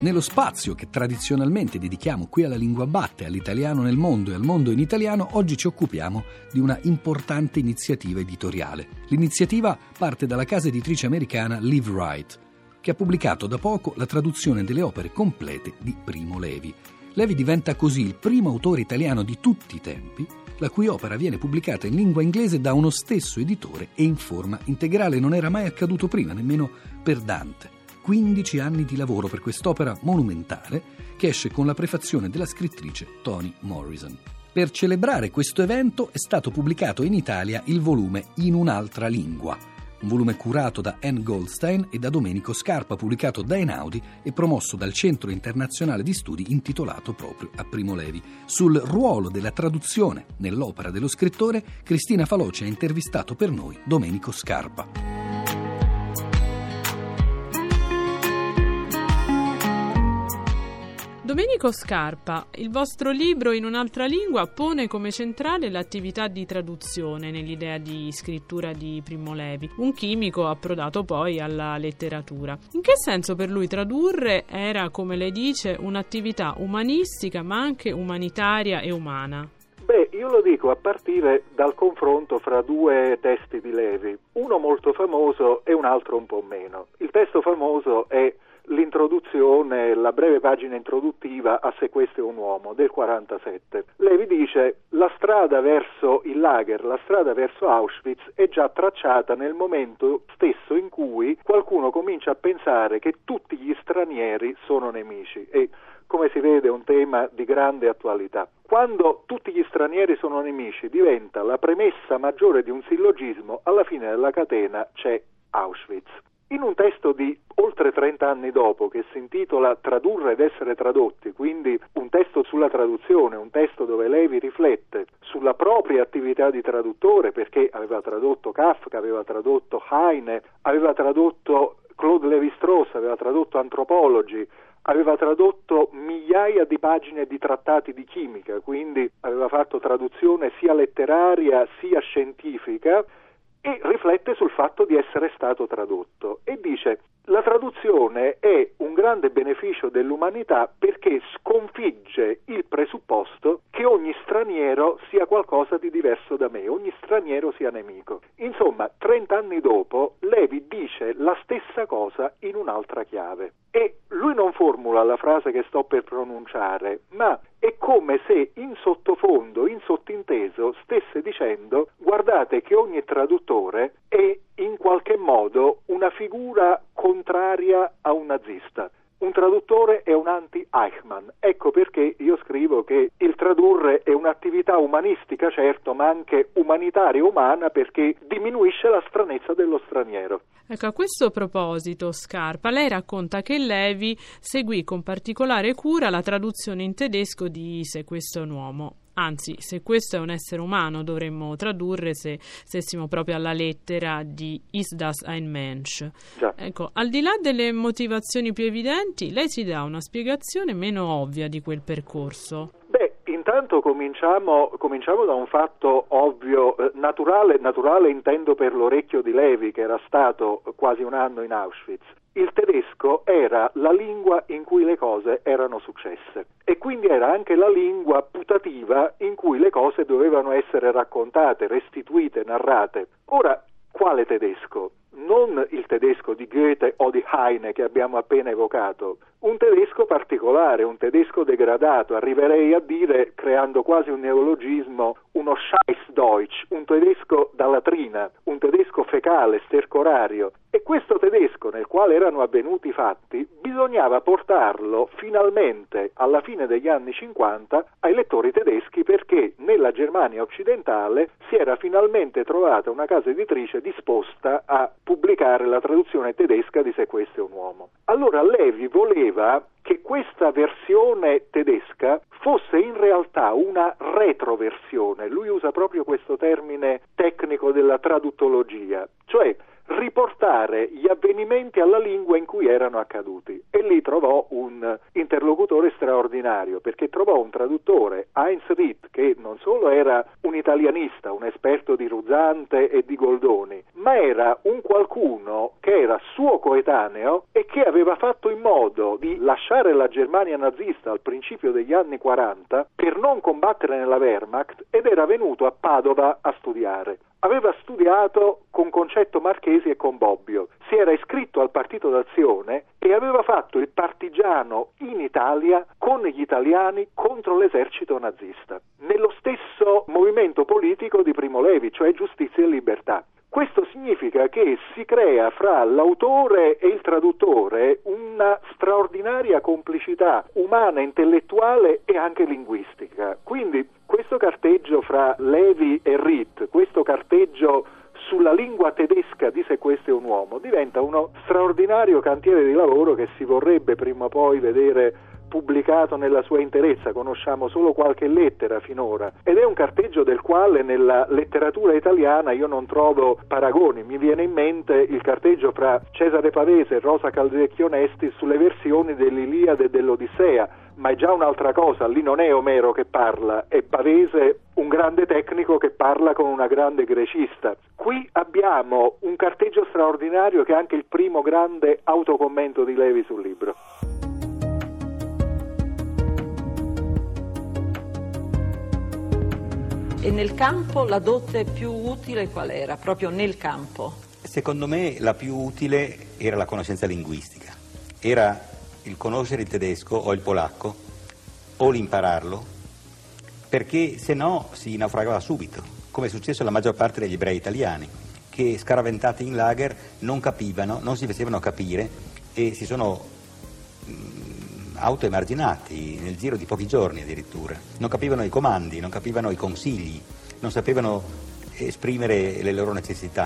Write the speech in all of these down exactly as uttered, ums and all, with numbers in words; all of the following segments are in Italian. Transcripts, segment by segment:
Nello spazio che tradizionalmente dedichiamo qui alla lingua batte, all'italiano nel mondo e al mondo in italiano, oggi ci occupiamo di una importante iniziativa editoriale. L'iniziativa parte dalla casa editrice americana Live Right, che ha pubblicato da poco la traduzione delle opere complete di Primo Levi. Levi diventa così il primo autore italiano di tutti i tempi, la cui opera viene pubblicata in lingua inglese da uno stesso editore e in forma integrale. Non era mai accaduto prima, nemmeno per Dante. quindici anni di lavoro per quest'opera monumentale che esce con la prefazione della scrittrice Toni Morrison. Per celebrare questo evento è stato pubblicato in Italia il volume In un'altra lingua, un volume curato da Anne Goldstein e da Domenico Scarpa, pubblicato da Einaudi e promosso dal Centro Internazionale di Studi intitolato proprio a Primo Levi. Sul ruolo della traduzione nell'opera dello scrittore, Cristina Faloci ha intervistato per noi Domenico Scarpa. Domenico Scarpa, il vostro libro In un'altra lingua pone come centrale l'attività di traduzione nell'idea di scrittura di Primo Levi, un chimico approdato poi alla letteratura. In che senso per lui tradurre era, come lei dice, un'attività umanistica ma anche umanitaria e umana? Beh, io lo dico a partire dal confronto fra due testi di Levi, uno molto famoso e un altro un po' meno. Il testo famoso è l'introduzione, la breve pagina introduttiva a Se questo è un uomo, del quarantasette. Levi dice: la strada verso il lager, la strada verso Auschwitz è già tracciata nel momento stesso in cui qualcuno comincia a pensare che tutti gli stranieri sono nemici. E come si vede è un tema di grande attualità. Quando tutti gli stranieri sono nemici diventa la premessa maggiore di un sillogismo, alla fine della catena c'è Auschwitz. In un testo di oltre trenta anni dopo, che si intitola Tradurre ed essere tradotti, quindi un testo sulla traduzione, un testo dove Levi riflette sulla propria attività di traduttore, perché aveva tradotto Kafka, aveva tradotto Heine, aveva tradotto Claude Lévi-Strauss, aveva tradotto Anthropology, aveva tradotto migliaia di pagine di trattati di chimica, quindi aveva fatto traduzione sia letteraria sia scientifica, e riflette sul fatto di essere stato tradotto e dice: la traduzione è un grande beneficio dell'umanità perché sconfigge il presupposto che ogni straniero sia qualcosa di diverso da me, ogni straniero sia nemico. Insomma, trenta anni dopo Levi dice la stessa cosa in un'altra chiave e lui non formula la frase che sto per pronunciare, ma è come se in sottofondo, in sottinteso, stesse dicendo: guardate che ogni traduttore è in qualche modo una figura contraria a un nazista. Un traduttore è un anti-Eichmann. Ecco perché io scrivo che il tradurre è un'attività umanistica, certo, ma anche umanitaria e umana, perché diminuisce la stranezza dello straniero. Ecco, a questo proposito, Scarpa, lei racconta che Levi seguì con particolare cura la traduzione in tedesco di Se questo è un uomo. Anzi, se questo è un essere umano dovremmo tradurre se stessimo proprio alla lettera di Ist das ein Mensch. Già. Ecco, al di là delle motivazioni più evidenti, lei ci dà una spiegazione meno ovvia di quel percorso. Beh, intanto cominciamo, cominciamo da un fatto ovvio, eh, naturale, naturale intendo per l'orecchio di Levi, che era stato quasi un anno in Auschwitz. Il tedesco era la lingua in cui le cose erano successe e quindi era anche la lingua putativa in cui le cose dovevano essere raccontate, restituite, narrate. Ora, quale tedesco? Non il tedesco di Goethe o di Heine che abbiamo appena evocato, un tedesco particolare, un tedesco degradato, arriverei a dire, creando quasi un neologismo, uno Scheißdeutsch, un tedesco da latrina, un tedesco fecale, stercorario. E questo tedesco, nel quale erano avvenuti i fatti, bisognava portarlo finalmente, alla fine degli anni cinquanta, ai lettori tedeschi, perché nella Germania occidentale si era finalmente trovata una casa editrice disposta a pubblicare la traduzione tedesca di Se questo è un uomo. Allora Levi voleva che questa versione tedesca fosse in realtà una retroversione. Lui usa proprio questo termine tecnico della traduttologia, cioè riportare gli avvenimenti alla lingua in cui erano accaduti. E lì trovò un interlocutore straordinario, perché trovò un traduttore, Heinz Ritt, che non solo era un italianista, un esperto di Ruzzante e di Goldoni, ma era un qualcuno che era suo coetaneo e che aveva fatto in modo di lasciare la Germania nazista al principio degli anni quaranta per non combattere nella Wehrmacht ed era venuto a Padova a studiare. Aveva studiato con Concetto Marchesi e con Bobbio, si era iscritto al Partito d'Azione e aveva fatto il partigiano in Italia con gli italiani contro l'esercito nazista, nello stesso movimento politico di Primo Levi, cioè Giustizia e Libertà. Questo significa che si crea fra l'autore e il traduttore una straordinaria complicità umana, intellettuale e anche linguistica. Quindi questo carteggio fra Levi e Ritt, questo carteggio sulla lingua tedesca di Se questo è un uomo, diventa uno straordinario cantiere di lavoro che si vorrebbe prima o poi vedere pubblicato nella sua interezza. Conosciamo solo qualche lettera finora ed è un carteggio del quale nella letteratura italiana io non trovo paragoni. Mi viene in mente il carteggio fra Cesare Pavese e Rosa Caldecchio Onesti sulle versioni dell'Iliade e dell'Odissea, ma è già un'altra cosa. Lì non è Omero che parla, è Pavese, un grande tecnico che parla con una grande grecista. Qui abbiamo un carteggio straordinario che è anche il primo grande autocommento di Levi sul libro. E nel campo la dote più utile qual era? Proprio nel campo? Secondo me la più utile era la conoscenza linguistica. Era il conoscere il tedesco o il polacco o l'impararlo, perché se no si naufragava subito, come è successo alla maggior parte degli ebrei italiani, che scaraventati in lager non capivano, non si facevano capire e si sono autoemarginati nel giro di pochi giorni addirittura. Non capivano i comandi, non capivano i consigli, non sapevano esprimere le loro necessità.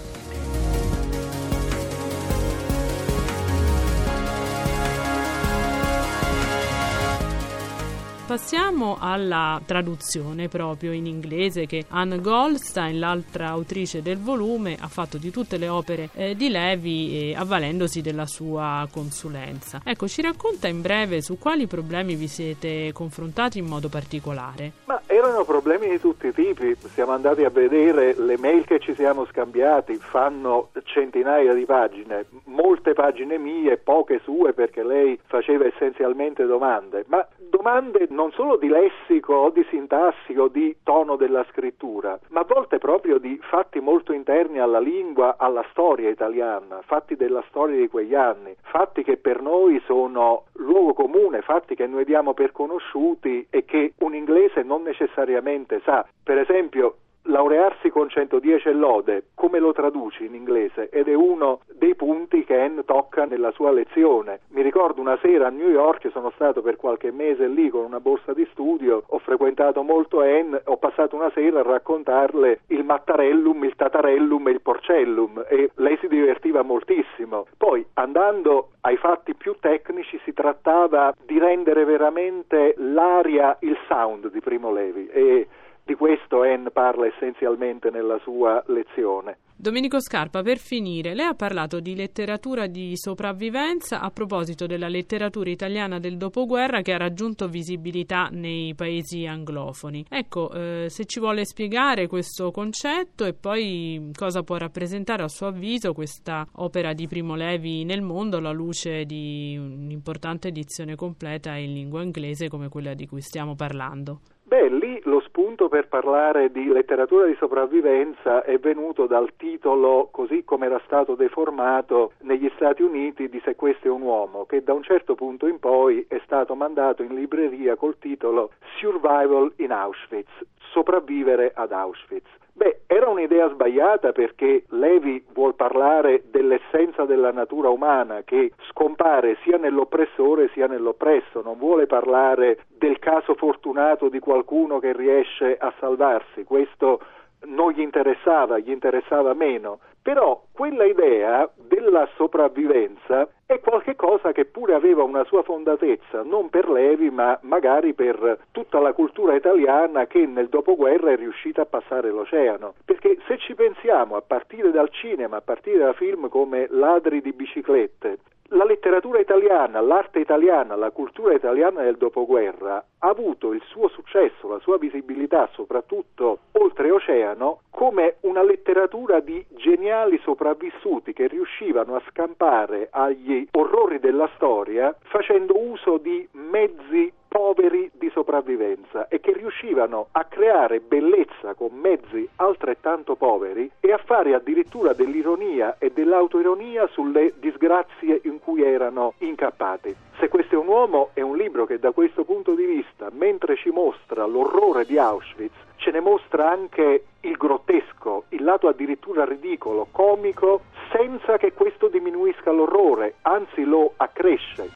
Passiamo alla traduzione proprio in inglese che Anne Goldstein, l'altra autrice del volume, ha fatto di tutte le opere eh, di Levi eh, avvalendosi della sua consulenza. Ecco, ci racconta in breve su quali problemi vi siete confrontati in modo particolare? Ma erano problemi di tutti i tipi. Siamo andati a vedere le mail che ci siamo scambiati, fanno centinaia di pagine, molte pagine mie, poche sue perché lei faceva essenzialmente domande, ma domande non solo di lessico o di sintassi o di tono della scrittura, ma a volte proprio di fatti molto interni alla lingua, alla storia italiana, fatti della storia di quegli anni, fatti che per noi sono luogo comune, fatti che noi diamo per conosciuti e che un inglese non necessariamente sa. Per esempio, laurearsi con centodieci e lode, come lo traduci in inglese? Ed è uno dei punti che Anne tocca nella sua lezione. Mi ricordo una sera a New York, sono stato per qualche mese lì con una borsa di studio, ho frequentato molto Anne, ho passato una sera a raccontarle il Mattarellum, il Tatarellum e il Porcellum e lei si divertiva moltissimo. Poi, andando ai fatti più tecnici, si trattava di rendere veramente l'aria, il sound di Primo Levi e di questo Anne parla essenzialmente nella sua lezione. Domenico Scarpa, per finire, lei ha parlato di letteratura di sopravvivenza a proposito della letteratura italiana del dopoguerra che ha raggiunto visibilità nei paesi anglofoni. Ecco, eh, se ci vuole spiegare questo concetto e poi cosa può rappresentare a suo avviso questa opera di Primo Levi nel mondo alla luce di un'importante edizione completa in lingua inglese come quella di cui stiamo parlando. Beh, lì lo spunto per parlare di letteratura di sopravvivenza è venuto dal titolo, così come era stato deformato negli Stati Uniti, di Se questo è un uomo, che da un certo punto in poi è stato mandato in libreria col titolo Survival in Auschwitz, sopravvivere ad Auschwitz. Beh, era un'idea sbagliata perché Levi vuol parlare dell'essenza della natura umana che scompare sia nell'oppressore sia nell'oppresso, non vuole parlare del caso fortunato di qualcuno che riesce a salvarsi, questo non gli interessava, gli interessava meno. Però quella idea della sopravvivenza è qualche cosa che pure aveva una sua fondatezza, non per Levi, ma magari per tutta la cultura italiana che nel dopoguerra è riuscita a passare l'oceano. Perché se ci pensiamo, a partire dal cinema, a partire da film come Ladri di biciclette, la letteratura italiana, l'arte italiana, la cultura italiana del dopoguerra ha avuto il suo successo, la sua visibilità, soprattutto oltreoceano, come una letteratura di geniali sopravvissuti che riuscivano a scampare agli orrori della storia facendo uso di mezzi poveri di sopravvivenza e che riuscivano a creare bellezza con mezzi altrettanto poveri e a fare addirittura dell'ironia e dell'autoironia sulle disgrazie in cui erano incappati. Se questo è un uomo, è un libro che da questo punto di vista, mentre ci mostra l'orrore di Auschwitz, ce ne mostra anche il grottesco, il lato addirittura ridicolo, comico, senza che questo diminuisca l'orrore, anzi lo accresce.